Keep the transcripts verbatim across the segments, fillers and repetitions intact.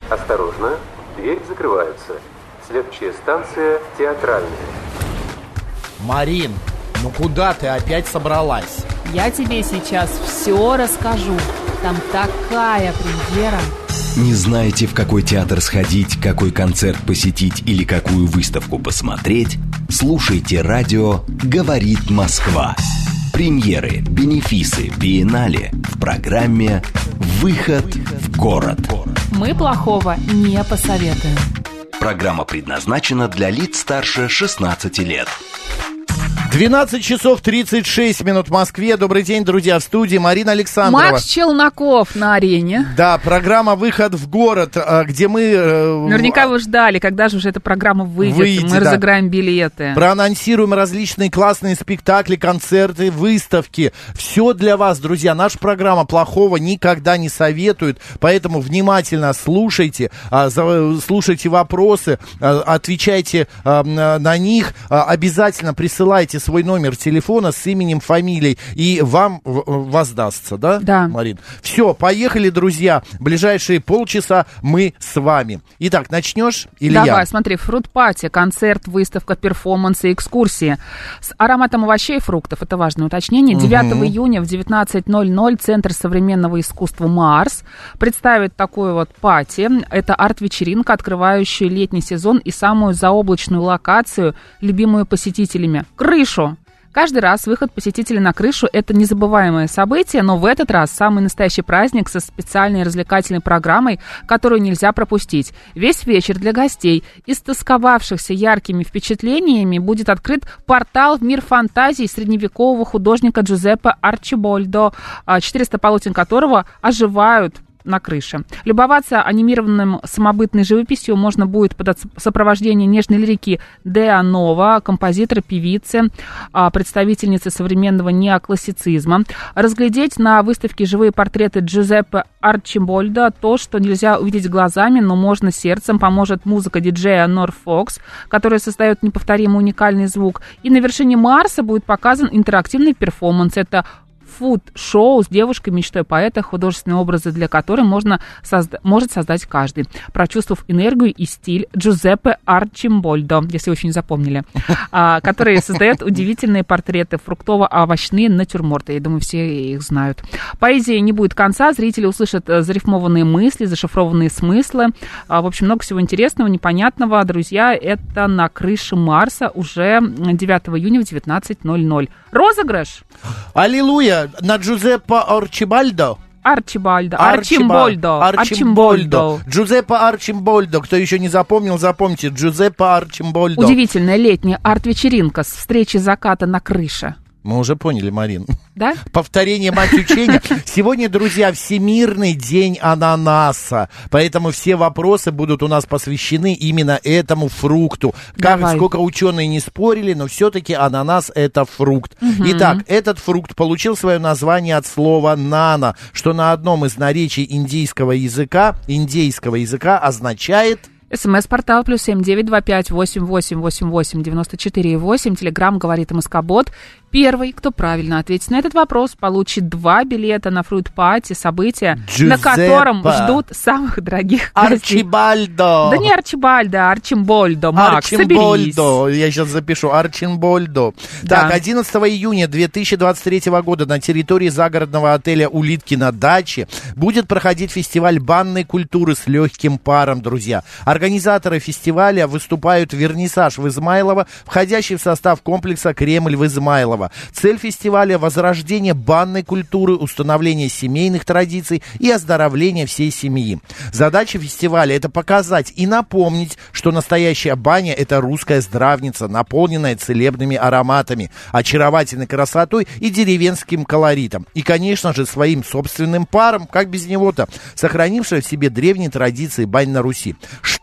Осторожно, двери закрываются. Следующая станция Театральная. Марин, ну куда ты опять собралась? Я тебе сейчас все расскажу. Там такая премьера. Не знаете, в какой театр сходить, какой концерт посетить или какую выставку посмотреть? Слушайте радио «Говорит Москва». Премьеры, бенефисы, биеннале в программе «Выход в город». Мы плохого не посоветуем. Программа предназначена для лиц старше шестнадцати лет. двенадцать часов тридцать шесть минут в Москве. Добрый день, друзья, в студии Марина Александрова. Макс Челноков на арене. Да, программа «Выход в город», где мы... Наверняка вы ждали, когда же уже эта программа выйдет. выйдет мы да. разыграем билеты. Проанонсируем различные классные спектакли, концерты, выставки. Все для вас, друзья. Наша программа плохого никогда не советует, поэтому внимательно слушайте, слушайте вопросы, отвечайте на них, обязательно присылайте свой номер телефона с именем, фамилией, и вам воздастся, да, да. Марин? Все, поехали, друзья. Ближайшие полчаса мы с вами. Итак, начнешь или Давай, я? Давай, смотри, фрут-пати, концерт, выставка, перформансы, экскурсии с ароматом овощей и фруктов. Это важное уточнение. девятого июня в девятнадцать ноль ноль Центр современного искусства «Марс» представит такую вот пати. Это арт-вечеринка, открывающая летний сезон и самую заоблачную локацию, любимую посетителями — крышу. Каждый раз выход посетителей на крышу – это незабываемое событие, но в этот раз самый настоящий праздник со специальной развлекательной программой, которую нельзя пропустить. Весь вечер для гостей, истосковавшихся яркими впечатлениями, будет открыт портал в мир фантазий средневекового художника Джузеппе Арчибальдо, четыреста полотен которого оживают на крыше. Любоваться анимированным самобытной живописью можно будет под сопровождение нежной лирики Деа Нова, композитора, певицы, представительницы современного неоклассицизма. Разглядеть на выставке живые портреты Джузеппе Арчибальдо то, что нельзя увидеть глазами, но можно сердцем, поможет музыка диджея Нор Фокс, которая создает неповторимый уникальный звук. И на вершине Марса будет показан интерактивный перформанс. Это фуд-шоу с девушкой мечтой поэта, художественные образы для которой можно созда- может создать каждый, прочувствовав энергию и стиль Джузеппе Арчибальдо, если вы еще не запомнили, а, который создает удивительные портреты, фруктово-овощные натюрморты. Я думаю, все их знают. Поэзии не будет конца, зрители услышат зарифмованные мысли, зашифрованные смыслы. А, в общем, много всего интересного, непонятного. Друзья, это на крыше Марса уже девятого июня в девятнадцать ноль ноль. Розыгрыш! Аллилуйя! На Джузеппе Арчибальдо. Арчибальдо. Арчимбольдо. Арчимбольдо. Джузеппе Арчимбольдо. Кто еще не запомнил, запомните. Джузеппе Арчимбольдо. Удивительная летняя арт-вечеринка с встречи заката на крыше. Мы уже поняли, Марин. Да? Повторение мать учения. Сегодня, друзья, Всемирный день ананаса. Поэтому все вопросы будут у нас посвящены именно этому фрукту. Как, Давай. сколько ученые не спорили, но все-таки ананас — это фрукт. Угу. Итак, этот фрукт получил свое название от слова «нана», что на одном из наречий индийского языка, индейского языка означает... СМС-портал плюс семь девять два пять восемь восемь восемь восемь девяносто четыре восемь. Телеграм «Говорит МСК-бот». Первый, кто правильно ответит на этот вопрос, получит два билета на фрут-пати, событие, Джузеппе. на котором ждут самых дорогих гостей. Арчибальдо. Да не Арчибальдо, а Арчимбольдо. Макс, соберись. Я сейчас запишу. Арчимбольдо. Да. Так, одиннадцатого июня две тысячи двадцать третьего года на территории загородного отеля «Улитки на даче» будет проходить фестиваль банной культуры с легким паром, друзья. Организаторы фестиваля выступают вернисаж в Измайлово, входящий в состав комплекса «Кремль» в Измайлово. Цель фестиваля – возрождение банной культуры, установление семейных традиций и оздоровление всей семьи. Задача фестиваля – это показать и напомнить, что настоящая баня – это русская здравница, наполненная целебными ароматами, очаровательной красотой и деревенским колоритом. И, конечно же, своим собственным паром, как без него-то, сохранившая в себе древние традиции бань на Руси. Что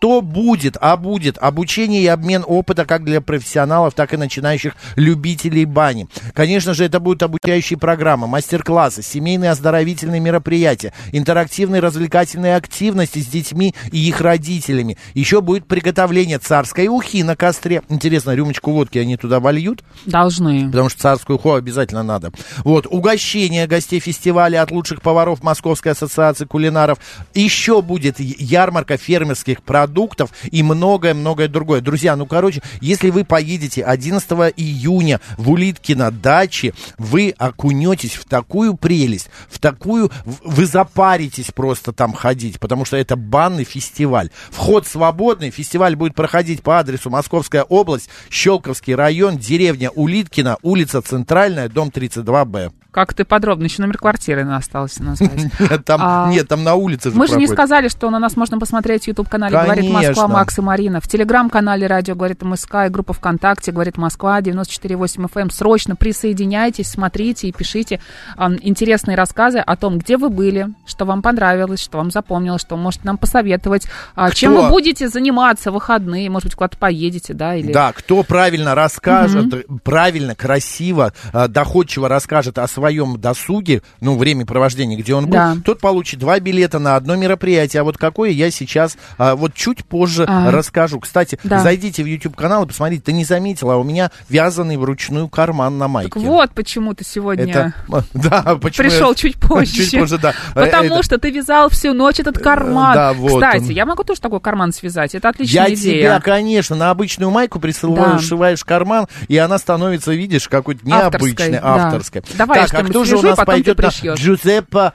Что будет? А будет обучение и обмен опыта как для профессионалов, так и начинающих любителей бани. Конечно же, это будут обучающие программы, мастер-классы, семейные оздоровительные мероприятия, интерактивные развлекательные активности с детьми и их родителями. Еще будет приготовление царской ухи на костре. Интересно, рюмочку водки они туда вольют? Должны. Потому что царскую уху обязательно надо. Вот, угощение гостей фестиваля от лучших поваров Московской ассоциации кулинаров. Еще будет ярмарка фермерских продуктов и многое-многое другое. Друзья, ну, короче, если вы поедете одиннадцатого июня в Улиткино даче, вы окунетесь в такую прелесть, в такую... Вы запаритесь просто там ходить, потому что это банный фестиваль. Вход свободный. Фестиваль будет проходить по адресу Московская область, Щелковский район, деревня Улиткино, улица Центральная, дом тридцать два Б. Как ты подробно, еще номер квартиры осталось назвать. Нет, там, а, нет, там на улице же Мы же проходит. не сказали, что на нас можно посмотреть в YouTube-канале «Говорит Москва», Макс и Марина, в Телеграм-канале «Радио Говорит МСК» и группа ВКонтакте «Говорит Москва», девяносто четыре восемь эф эм. Срочно присоединяйтесь, смотрите и пишите а, интересные рассказы о том, где вы были, что вам понравилось, что вам запомнилось, что вы можете нам посоветовать, а, чем вы будете заниматься в выходные, может быть, куда-то поедете, да? Или... Да, кто правильно расскажет, угу. правильно, красиво, доходчиво расскажет о своем своем досуге, ну, время провождения, где он был, да. тот получит два билета на одно мероприятие. А вот какое я сейчас, а, вот чуть позже а. расскажу. Кстати, да. зайдите в YouTube-канал и посмотрите, ты не заметила, а у меня вязаный вручную карман на майке. Так вот почему ты сегодня это... да, почему пришел я... чуть позже. чуть позже, да. Потому это... что ты вязал всю ночь этот карман. Да, вот Кстати, он. я могу тоже такой карман связать, это отличная я идея. Я тебя, конечно, на обычную майку присылаю, да. сшиваешь карман, и она становится, видишь, какой-то необычной, авторской. Да. Давай, так, а кто же у нас пойдет на Джузеппе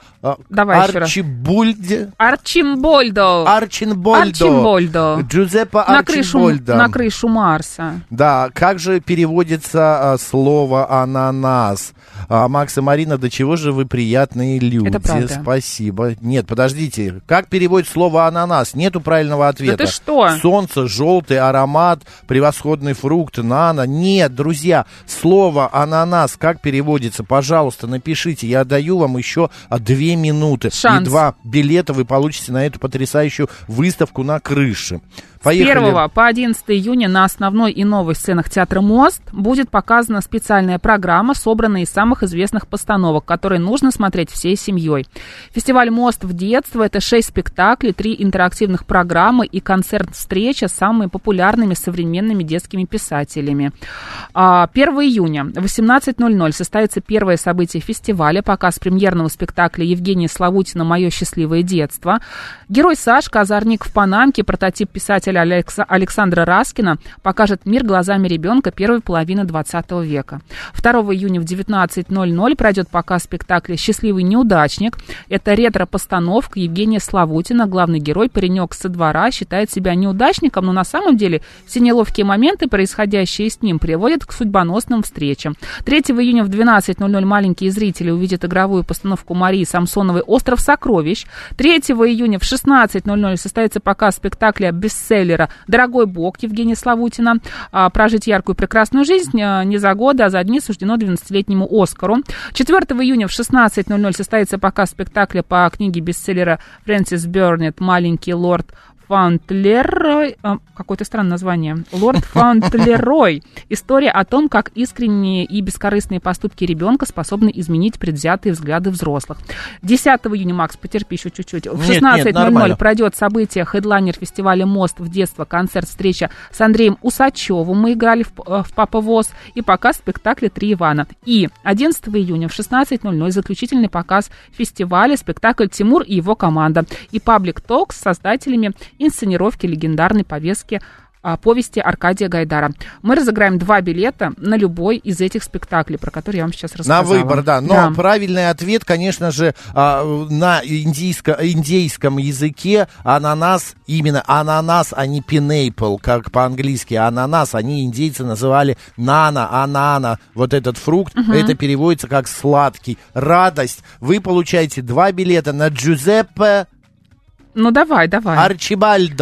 Арчибальди? Арчимбольдо. Арчимбольдо. Арчимбольдо. Джузеппе Арчимбольдо. На крышу Марса. Да, как же переводится а, слово ананас? А, Макс и Марина, до чего же вы приятные люди. Это правда. Спасибо. Нет, подождите. Как переводит слово ананас? Нету правильного ответа. Да ты что? Солнце, желтый аромат, превосходный фрукт, нано. Нет, друзья, слово ананас как переводится? Пожалуйста, напишите. Я даю вам еще две минуты. Шанс. И два билета вы получите на эту потрясающую выставку на крыше. Поехали. С первого по одиннадцатое июня на основной и новой сценах театра «Мост» будет показана специальная программа, собранная из самых известных постановок, которые нужно смотреть всей семьей. Фестиваль «Мост в детство» — это шесть спектаклей, три интерактивных программы и концерт-встреча с самыми популярными современными детскими писателями. первого июня в восемнадцать ноль ноль состоится первое событие фестиваля, показ премьерного спектакля Евгения Славутина «Мое счастливое детство». Герой Сашка, озорник в Панамке, прототип писателя Александра Раскина, покажет мир глазами ребенка первой половины двадцатого века. второго июня в девятнадцать ноль ноль пройдет показ спектакля «Счастливый неудачник». Это ретро-постановка Евгения Славутина. Главный герой, паренек со двора, считает себя неудачником, но на самом деле все неловкие моменты, происходящие с ним, приводят к судьбоносным встречам. третьего июня в двенадцать ноль ноль маленькие зрители увидят игровую постановку Марии Самсоновой «Остров сокровищ». третьего июня в шестнадцать ноль ноль состоится показ спектакля «Бестселлер» «Дорогой Бог» Евгения Славутина. Прожить яркую прекрасную жизнь не за годы, а за дни суждено двенадцатилетнему Оскару. четвертого июня в шестнадцать ноль ноль состоится показ спектакля по книге бестселлера Фрэнсис Бёрнетт «Маленький лорд Фаунтлерой», какое-то странное название, «Лорд Фаунтлерой». История о том, как искренние и бескорыстные поступки ребенка способны изменить предвзятые взгляды взрослых. десятого июня, Макс, потерпи еще чуть-чуть, в шестнадцать ноль ноль пройдет событие хедлайнер фестиваля «Мост в детство», концерт-встреча с Андреем Усачевым. Мы играли в, в «Папа ВОЗ», и показ спектакля «Три Ивана». И одиннадцатого июня в шестнадцать ноль ноль заключительный показ фестиваля, спектакль «Тимур и его команда» и паблик-ток с создателями инсценировки легендарной повестки а, повести Аркадия Гайдара. Мы разыграем два билета на любой из этих спектаклей, про которые я вам сейчас рассказала. На выбор, да. Но да. правильный ответ, конечно же, а, на индийско, индейском языке ананас, именно ананас, а не pineapple, как по-английски. Ананас, они, индейцы, называли нана, анана. Вот этот фрукт, угу. это переводится как сладкий. Радость. Вы получаете два билета на Джузеппе Ну, давай, давай. Арчибальдо.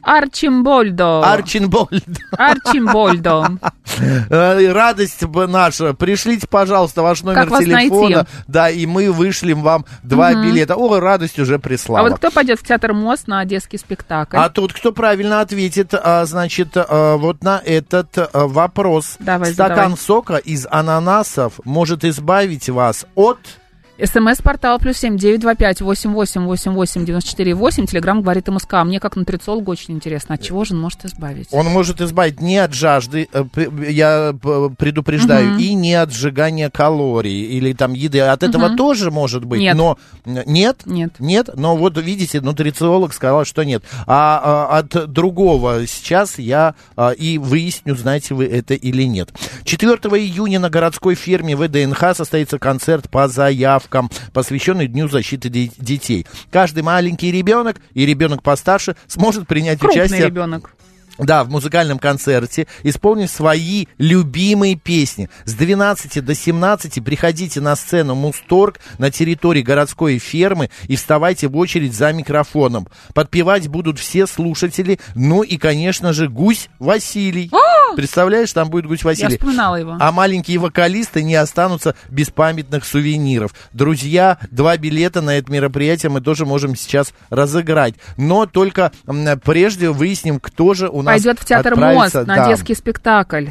Арчимбольдо. Арчимбольдо. Арчимбольдо. Радость наша. Пришлите, пожалуйста, ваш номер телефона. Найти? Да, и мы вышлем вам два угу. билета. О, радость уже прислала. А вот кто пойдет в театр МОЗ на одесский спектакль? А тут кто правильно ответит, значит, вот на этот вопрос. Давай, Стакан задавай. сока из ананасов может избавить вас от... СМС-портал плюс семь девять два пять восемь восемь восемь восемь девяносто четыре восемь. Телеграм говорит МСК. Мне как нутрициологу очень интересно, от чего же он может избавить? Он может избавить не от жажды, я предупреждаю, угу. и не от сжигания калорий или там еды. От этого угу. тоже может быть. Нет. Но нет? Нет. Нет? Но вот видите, нутрициолог сказал, что нет. А, а от другого сейчас я а, и выясню, знаете вы это или нет. четвёртого июня на городской ферме ВДНХ состоится концерт по заявкам, посвященный Дню защиты де- детей. Каждый маленький ребенок и ребенок постарше сможет принять Крупный участие... ребенок. Да, в музыкальном концерте, исполнив свои любимые песни. С двенадцати до семнадцати приходите на сцену Музторг на территории городской фермы и вставайте в очередь за микрофоном. Подпевать будут все слушатели, ну и, конечно же, Гусь Василий. Представляешь, там будет Гусь Василий. Я вспоминала его. А маленькие вокалисты не останутся без памятных сувениров. Друзья, два билета на это мероприятие мы тоже можем сейчас разыграть. Но только м, прежде выясним, кто же у нас пойдет в театр МОЗ на да. детский спектакль.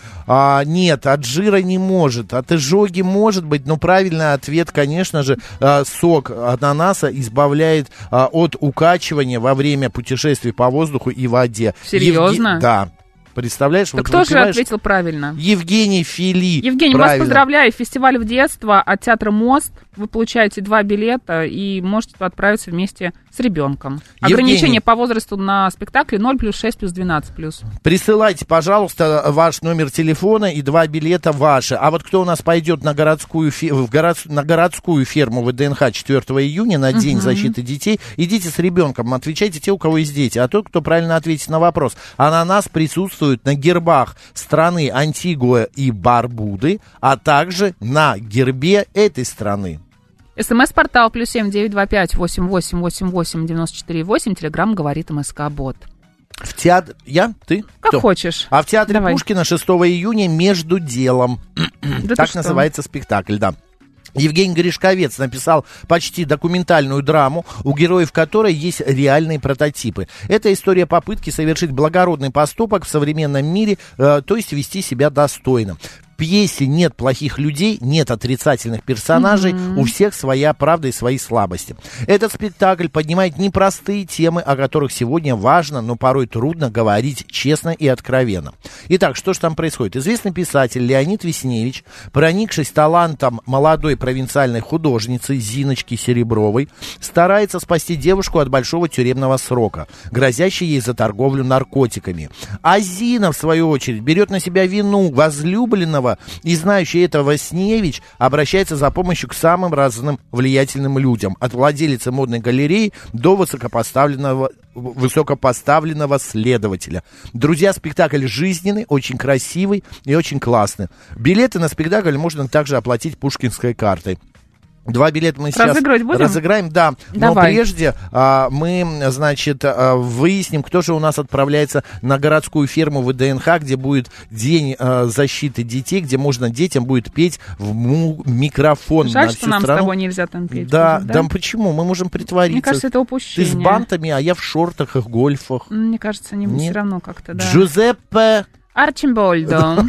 А, нет, от жира не может, от изжоги может быть, но правильный ответ, конечно же, а, сок ананаса избавляет а, от укачивания во время путешествий по воздуху и воде. Серьезно? Евге... Да. Представляешь? Так вот кто выпиваешь... же ответил правильно? Евгений Фили. Евгений, правильно. вас поздравляю. Фестиваль в детство от театра «Мост». Вы получаете два билета и можете отправиться вместе с ребенком. Евгений. Ограничение по возрасту на спектакле ноль плюс шесть плюс двенадцать плюс. Присылайте, пожалуйста, ваш номер телефона и два билета ваши. А вот кто у нас пойдет на городскую, фе... в город... на городскую ферму ВДНХ четвёртого июня на День uh-huh. защиты детей, идите с ребенком, отвечайте те, у кого есть дети. А тот, кто правильно ответит на вопрос. Ананас присутствует на гербах страны Антигуа и Барбуды, а также на гербе этой страны. СМС-портал плюс семь девять два пять восемь восемь восемь восемь девяносто четыре восемь. Телеграм говорит МСК Бот. В театр... Я? Ты? Как Кто? хочешь. А в театре Давай. Пушкина шестого июня «Между делом». Да так называется спектакль, да. Евгений Гришковец написал почти документальную драму, у героев которой есть реальные прототипы. Это история попытки совершить благородный поступок в современном мире, э, то есть вести себя достойно. В пьесе нет плохих людей, нет отрицательных персонажей, mm-hmm. у всех своя правда и свои слабости. Этот спектакль поднимает непростые темы, о которых сегодня важно, но порой трудно говорить честно и откровенно. Итак, что же там происходит? Известный писатель Леонид Вишневич, проникшись талантом молодой провинциальной художницы Зиночки Серебровой, старается спасти девушку от большого тюремного срока, грозящей ей за торговлю наркотиками. А Зина, в свою очередь, берет на себя вину возлюбленного, и знающий этого Вишневич обращается за помощью к самым разным влиятельным людям, от владелицы модной галереи до высокопоставленного, высокопоставленного следователя. Друзья, спектакль жизненный, очень красивый и очень классный. Билеты на спектакль можно также оплатить пушкинской картой. Два билета мы сейчас разыграем, да. Давай. Но прежде а, мы, значит, а, выясним, кто же у нас отправляется на городскую ферму ВДНХ, где будет День а, защиты детей, где можно детям будет петь в му- микрофон. Жаль, на что всю нам страну. с тобой нельзя там петь. Да, будет, да, да, почему? Мы можем притвориться. Мне кажется, это упущение. Ты с бантами, а я в шортах и гольфах. Мне кажется, не все равно как-то, да. Джузеппе Арчимбольдо.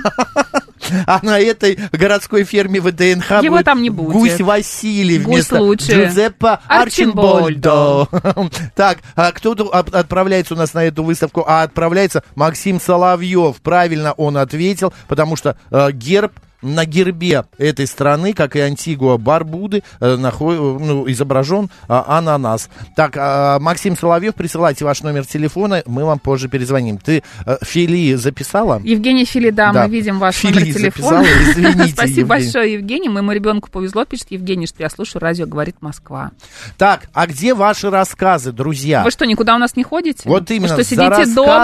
А на этой городской ферме ВДНХ его будет там не будет. Гусь Василий Гусь вместо лучше. Джузеппе Арчимбольдо. Так, а кто отправляется у нас на эту выставку? А отправляется Максим Соловьев. Правильно он ответил, потому что э, герб на гербе этой страны, как и Антигуа Барбуды, э, наход, ну, изображен э, ананас. Так, э, Максим Соловьев, присылайте ваш номер телефона, мы вам позже перезвоним. Ты э, Фили записала? Евгений Фили, да, да. Мы видим ваш Фили номер телефона. Извините, Спасибо Евгений. большое, Евгений. Моему ребенку повезло, пишет Евгений, что я слушаю радио «Говорит Москва». Так, а где ваши рассказы, друзья? Вы что, никуда у нас не ходите? Вот именно. Вы что, за сидите рассказ, дома?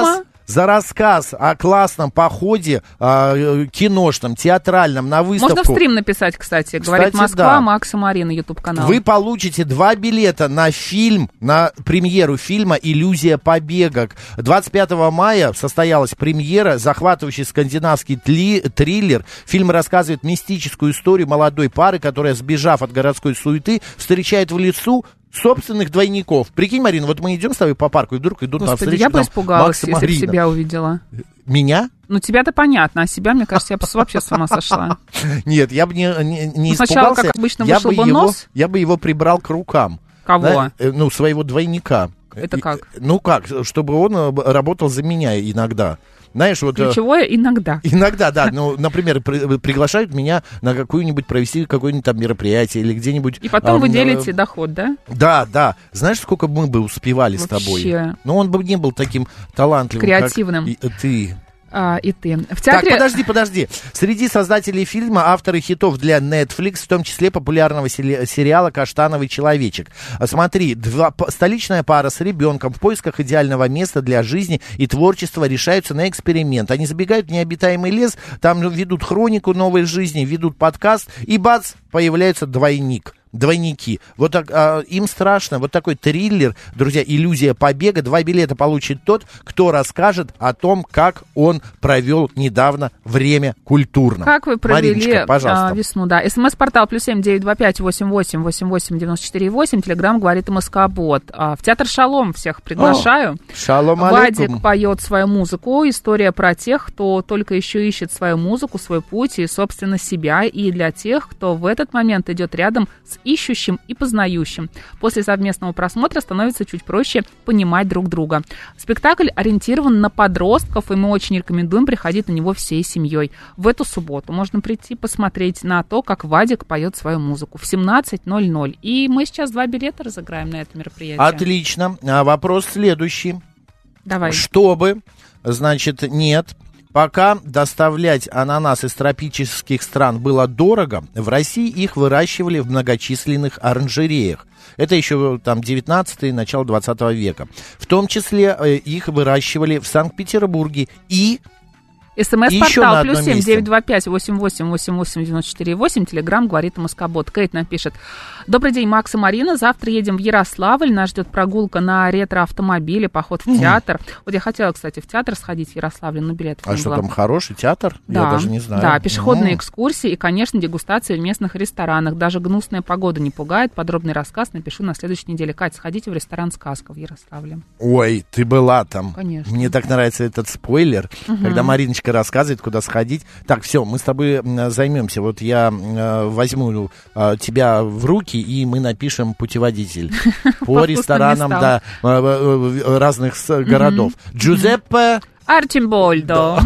за рассказ о классном походе э, киношном, театральном на выставку. Можно в стрим написать, кстати. Говорит Кстати, Москва, да. Макс и Марина, ютуб-канал. Вы получите два билета на фильм, на премьеру фильма «Иллюзия побега». двадцать пятого мая состоялась премьера, захватывающий скандинавский тли, триллер. Фильм рассказывает мистическую историю молодой пары, которая, сбежав от городской суеты, встречает в лесу собственных двойников. Прикинь, Марина, вот мы идем с тобой по парку, и вдруг идут Господи, навстречу я бы нам испугалась, Макс и если бы Марина. себя увидела. Меня? Ну, тебя-то понятно, а себя, мне кажется, я бы вообще с ума сошла. Нет, я бы не, не, не Ну, сначала, испугался. как обычно, я вышел бы бы его, нос. Я бы его прибрал к рукам. Кого? Да, э, ну, своего двойника. Это И- как? Ну, как, чтобы он э, работал за меня иногда. Знаешь, вот... э, Ключевое иногда. Иногда, да. Ну, например, при- приглашают меня на какую-нибудь, провести какое-нибудь там мероприятие или где-нибудь... И потом а, вы м, делите э, доход, да? Да, да. Знаешь, сколько мы бы успевали с Вообще. тобой? Ну, он бы не был таким талантливым, Креативным. как и- э, ты. А, и ты. В Так, театре... подожди, подожди. Среди создателей фильма авторы хитов для Netflix, в том числе популярного сери- сериала «Каштановый человечек». А, Смотри, два, п- столичная пара с ребенком в поисках идеального места для жизни и творчества решаются на эксперимент. Они забегают в необитаемый лес, там ведут хронику новой жизни, ведут подкаст, и бац, появляется двойник. Двойники. Вот так, а, им страшно. Вот такой триллер, друзья, «Иллюзия побега». Два билета получит тот, кто расскажет о том, как он провел недавно время культурно. Как вы провели Мариночка, пожалуйста. а, весну? Да. СМС-портал плюс семь девять два пять восемь восемь восемь восемь девяносто четыре восемь. Телеграм говорит МСК-бот. А, в театр «Шалом» всех приглашаю. Шалом Вадик алейкум. поет свою музыку. История про тех, кто только еще ищет свою музыку, свой путь и, собственно, себя. И для тех, кто в этот момент идет рядом с ищущим и познающим. После совместного просмотра становится чуть проще понимать друг друга. Спектакль ориентирован на подростков, и мы очень рекомендуем приходить на него всей семьей. В эту субботу можно прийти посмотреть на то, как Вадик поет свою музыку в семнадцать ноль ноль. И мы сейчас два билета разыграем на это мероприятие. Отлично. А вопрос следующий. Давай. Чтобы, значит, нет... Пока доставлять ананас из тропических стран было дорого, в России их выращивали в многочисленных оранжереях. Это еще там девятнадцатый, начало двадцатого века. В том числе э, их выращивали в Санкт-Петербурге и... Еще на СМС-портал одном плюс семь месте. девять два пять восемь восемь восемь восемь девяносто четыре восемь. Телеграм говорит МСК-бот. Кейт нам пишет. Добрый день, Макс и Марина. Завтра едем в Ярославль. Нас ждет прогулка на ретро-автомобиле, поход в театр. Вот я хотела, кстати, в театр сходить в Ярославле, но билетов А не что было. там, хороший театр? Да, Я даже не знаю. да, пешеходные М. экскурсии и, конечно, дегустации в местных ресторанах. Даже гнусная погода не пугает. Подробный рассказ напишу на следующей неделе. Кать, сходите в ресторан «Сказка» в Ярославле. Ой, ты была там. Конечно. Мне так нравится этот спойлер, когда Мариночка рассказывает, куда сходить. Так, все, мы с тобой м, займемся. Вот я э, возьму э, тебя в руки, и мы напишем путеводитель по ресторанам, да, э, э, разных с- городов. Джузеппе... Арчимбольдо.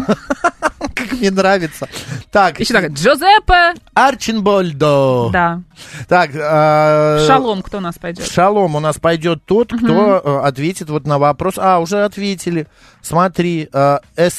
Как мне нравится. Так, Еще так, Джозеппе. Арчинбольдо. Да. Так, э, В Шалом кто у нас пойдет? В Шалом у нас пойдет тот, кто э, ответит вот на вопрос. А, уже ответили. Смотри, э,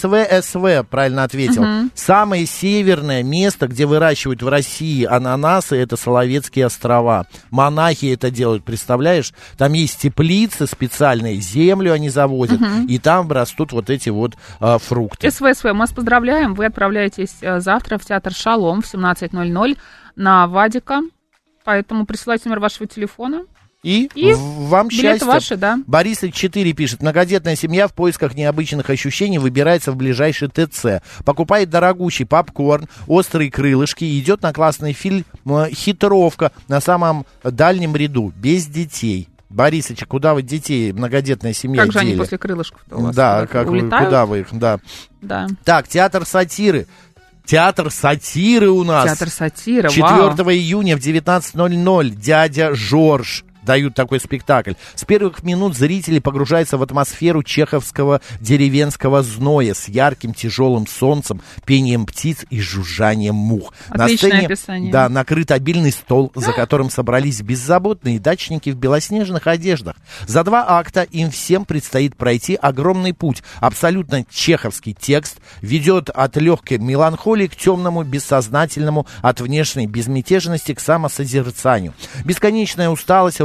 СВ-СВ правильно ответил. Самое северное место, где выращивают в России ананасы, это Соловецкие острова. Монахи это делают, представляешь? Там есть теплицы специальные, землю они завозят, и там растут вот эти вот э, фрукты. СВСВ, мы вас поздравляем. Вы отправляетесь э, завтра в театр «Шалом» в семнадцать ноль ноль на Вадика. Поэтому присылайте номер вашего телефона. И, И в- вам билеты счастья. ваши, да. Борисович четыре пишет. Многодетная семья в поисках необычных ощущений выбирается в ближайший ТЦ. Покупает дорогущий попкорн, острые крылышки и идет на классный фильм э, «Хитровка» на самом дальнем ряду, без детей. Борисович, а куда вы детей, многодетная семья, Как же они дели? после крылышков-то у вас Да, куда-то как вы, улетают? куда вы их, да. Да. Так, театр сатиры. Театр сатиры у нас. Театр сатира, вау. четвёртого июня в девятнадцать ноль ноль «Дядя Жорж» дают такой спектакль. С первых минут зрители погружаются в атмосферу чеховского деревенского зноя с ярким тяжелым солнцем, пением птиц и жужжанием мух. Отличное На сцене, описание. да, накрыт обильный стол, за которым собрались беззаботные дачники в белоснежных одеждах. За два акта им всем предстоит пройти огромный путь. Абсолютно чеховский текст ведет от легкой меланхолии к темному, бессознательному, от внешней безмятежности к самосозерцанию. Бесконечная усталость,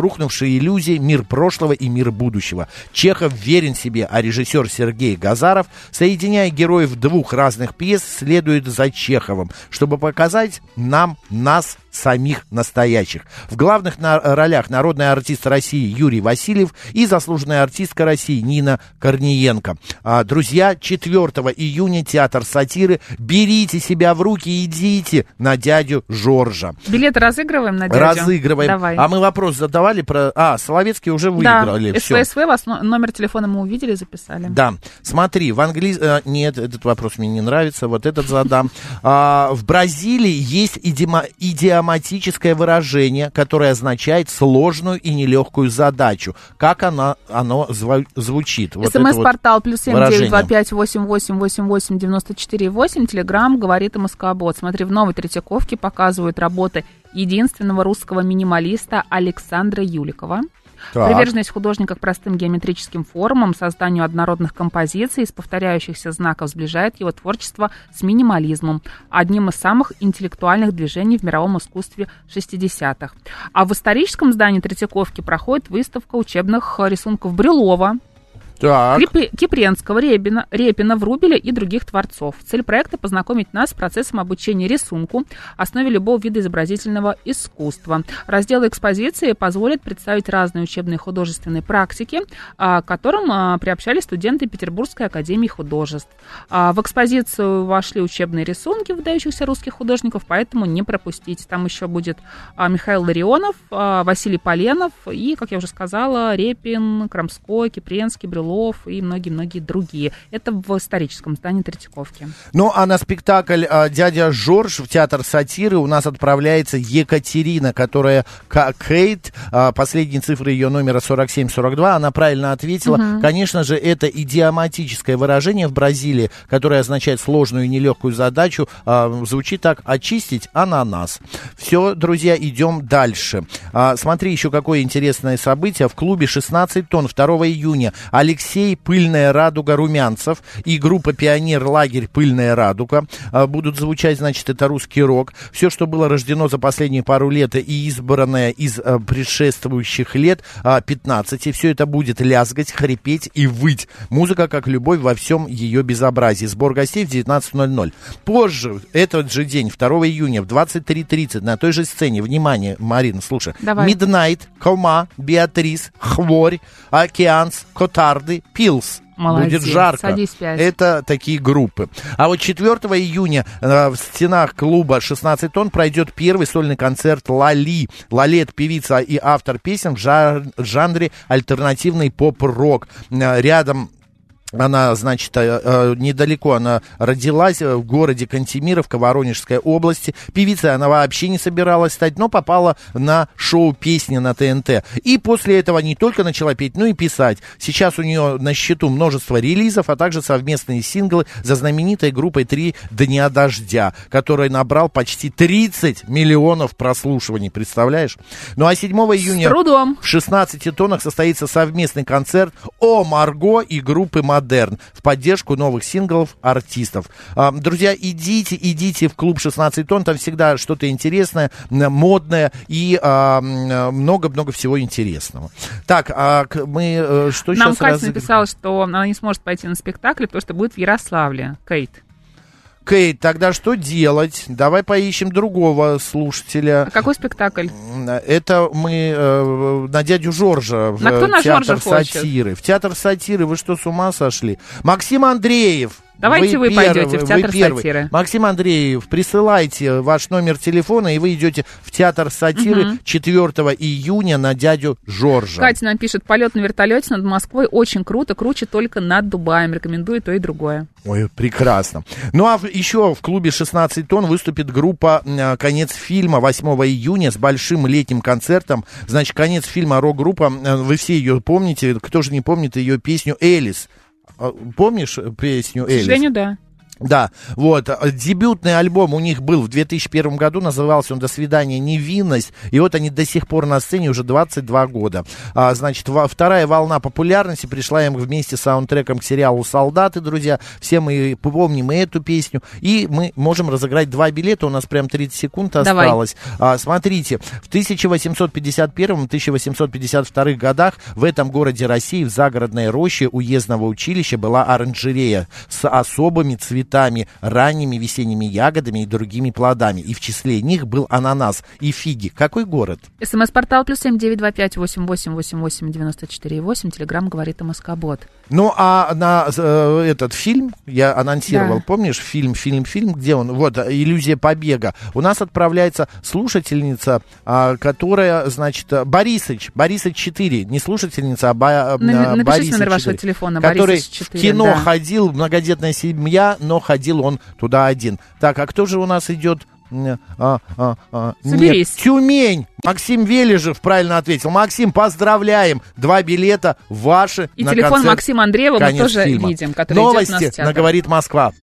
рухнувшие иллюзии, мир прошлого и мир будущего. Чехов верен себе, а режиссер Сергей Газаров, соединяя героев двух разных пьес, следует за Чеховым, чтобы показать нам, нас, самих настоящих. В главных на- ролях народный артист России Юрий Васильев и заслуженная артистка России Нина Корниенко. А, друзья, четвёртого июня театр сатиры. Берите себя в руки и идите на дядю Жоржа. Билеты разыгрываем на дядю? Разыгрываем. Давай. А мы вопрос задавали про... А, Соловецкий уже выиграли. Да, Всё. СВСВ, вас но- номер телефона мы увидели, записали. Да, смотри, в английском... Нет, этот вопрос мне не нравится, вот этот задам. А, в Бразилии есть идима... идиоматическое выражение, которое означает сложную и нелегкую задачу. Как оно, оно зва... звучит? Вот СМС-портал вот плюс семь девять два пять восемь восемь восемь восемь девяносто четыре восемь. Телеграм говорит МСК-бот. Смотри, в Новой Третьяковке показывают работы единственного русского минималиста Александра Юликова. Так. Приверженность художника к простым геометрическим формам, созданию однородных композиций из повторяющихся знаков сближает его творчество с минимализмом, одним из самых интеллектуальных движений в мировом искусстве шестидесятых. А в историческом здании Третьяковки проходит выставка учебных рисунков Брюлова, Так. Кипри- Кипренского, Репина, Репина, Врубеля и других творцов. Цель проекта – познакомить нас с процессом обучения рисунку, основе любого вида изобразительного искусства. Разделы экспозиции позволят представить разные учебные художественные практики, к которым а, приобщались студенты Петербургской академии художеств. А, в экспозицию вошли учебные рисунки выдающихся русских художников, поэтому не пропустите. Там еще будет а, Михаил Ларионов, а, Василий Поленов и, как я уже сказала, Репин, Крамской, Кипренский, Брюлов и многие-многие другие. Это в историческом здании Третьяковки. Ну, а на спектакль а, «Дядя Жорж» в театр сатиры у нас отправляется Екатерина, которая к- Кейт, а, последние цифры ее номера сорок семь сорок два, она правильно ответила. Угу. Конечно же, это идиоматическое выражение в Бразилии, которое означает сложную и нелегкую задачу, а, звучит так: очистить ананас. Все, друзья, идем дальше. А, смотри, еще какое интересное событие. В клубе шестнадцать тонн второго июня Алексей Алексей, Пыльная радуга, Румянцев и группа Пионер Лагерь Пыльная радуга а, будут звучать, значит, это русский рок. Все, что было рождено за последние пару лет и избранное из а, предшествующих лет а, пятнадцати, все это будет лязгать, хрипеть и выть. Музыка как любовь во всем ее безобразии. Сбор гостей в девятнадцать ноль ноль. Позже, этот же день, второго июня в двадцать три тридцать на той же сцене, внимание, Марина, слушай, Давай. Midnight, Кома, Беатрис, Хворь, Океанс, Котарды, Пилс. Молодец. Будет жарко. Садись пять. Это такие группы. А вот четвёртого июня э, в стенах клуба шестнадцать тонн пройдет первый сольный концерт Лали. Лали — это певица и автор песен в жар- жанре альтернативный поп-рок. Э, рядом... Она, значит, недалеко она родилась, в городе Кантемировка, Воронежской области. Певицей она вообще не собиралась стать, но попала на шоу «Песни» на ТНТ. И после этого не только начала петь, но и писать. Сейчас у нее на счету множество релизов, а также совместные синглы за знаменитой группой «Три дня дождя», который набрал почти тридцать миллионов прослушиваний, представляешь? Ну а седьмого июня С трудом. в шестнадцати тоннах состоится совместный концерт «О Марго» и группы «Модерн» в поддержку новых синглов артистов. А, друзья, идите, идите в клуб шестнадцать тонн, там всегда что-то интересное, модное и а, много-много всего интересного. Так, а мы что Нам сейчас Катя разыгрываем? написала, что она не сможет пойти на спектакль, потому что будет в Ярославле. Кейт. Кейт, тогда что делать? Давай поищем другого слушателя. А какой спектакль? Это мы э, на дядю Жоржа в на кто на театр Жоржа сатиры. В театр сатиры. Вы что, с ума сошли? Максим Андреев. Давайте вы, вы пойдете первый, в театр вы сатиры. Максим Андреев, присылайте ваш номер телефона, и вы идете в театр сатиры угу. четвёртого июня на дядю Жоржа. Катя нам пишет: полет на вертолете над Москвой очень круто, круче только над Дубаем. Рекомендую то и другое. Ой, прекрасно. Ну а еще в клубе шестнадцать тонн выступит группа «Конец фильма» восьмого июня с большим летним концертом. Значит, «Конец фильма» рок-группа, вы все ее помните, кто же не помнит ее песню «Элис». Помнишь песню «Элис»? К сожалению, да. Да, вот, дебютный альбом у них был в две тысячи первом году, назывался он «До свидания, невинность», и вот они до сих пор на сцене уже двадцать два года. А, значит, во, вторая волна популярности пришла им вместе с саундтреком к сериалу «Солдаты», друзья, все мы помним и эту песню, и мы можем разыграть два билета, у нас прям тридцать секунд осталось. А, смотрите, в тысяча восемьсот пятьдесят первом — тысяча восемьсот пятьдесят втором годах в этом городе России, в загородной роще уездного училища, была оранжерея с особыми цветами, ранними весенними ягодами и другими плодами. И в числе них был ананас и фиги. Какой город? СМС-портал плюс семь девять два пять восемь восемь восемь восемь девяносто четыре восемь. Телеграм говорит МСК-бот. Ну, а на э, этот фильм, я анонсировал, да. помнишь, фильм, фильм, фильм, где он? Вот, «Иллюзия побега». У нас отправляется слушательница, а, которая, значит, Борисыч, Борисыч четыре, не слушательница, а ба, Напишите Борисыч номер вашего четыре, телефона, который Борисыч четыре, в кино да. ходил, многодетная семья, но ходил он туда один. Так, а кто же у нас идет? А, а, а. Нет, Тюмень. Максим Вележев правильно ответил. Максим, поздравляем. Два билета ваши. И на телефон концерт Максима Андреева мы тоже фильма. видим, который Новости идет у нас в театр. на «Говорит Москва».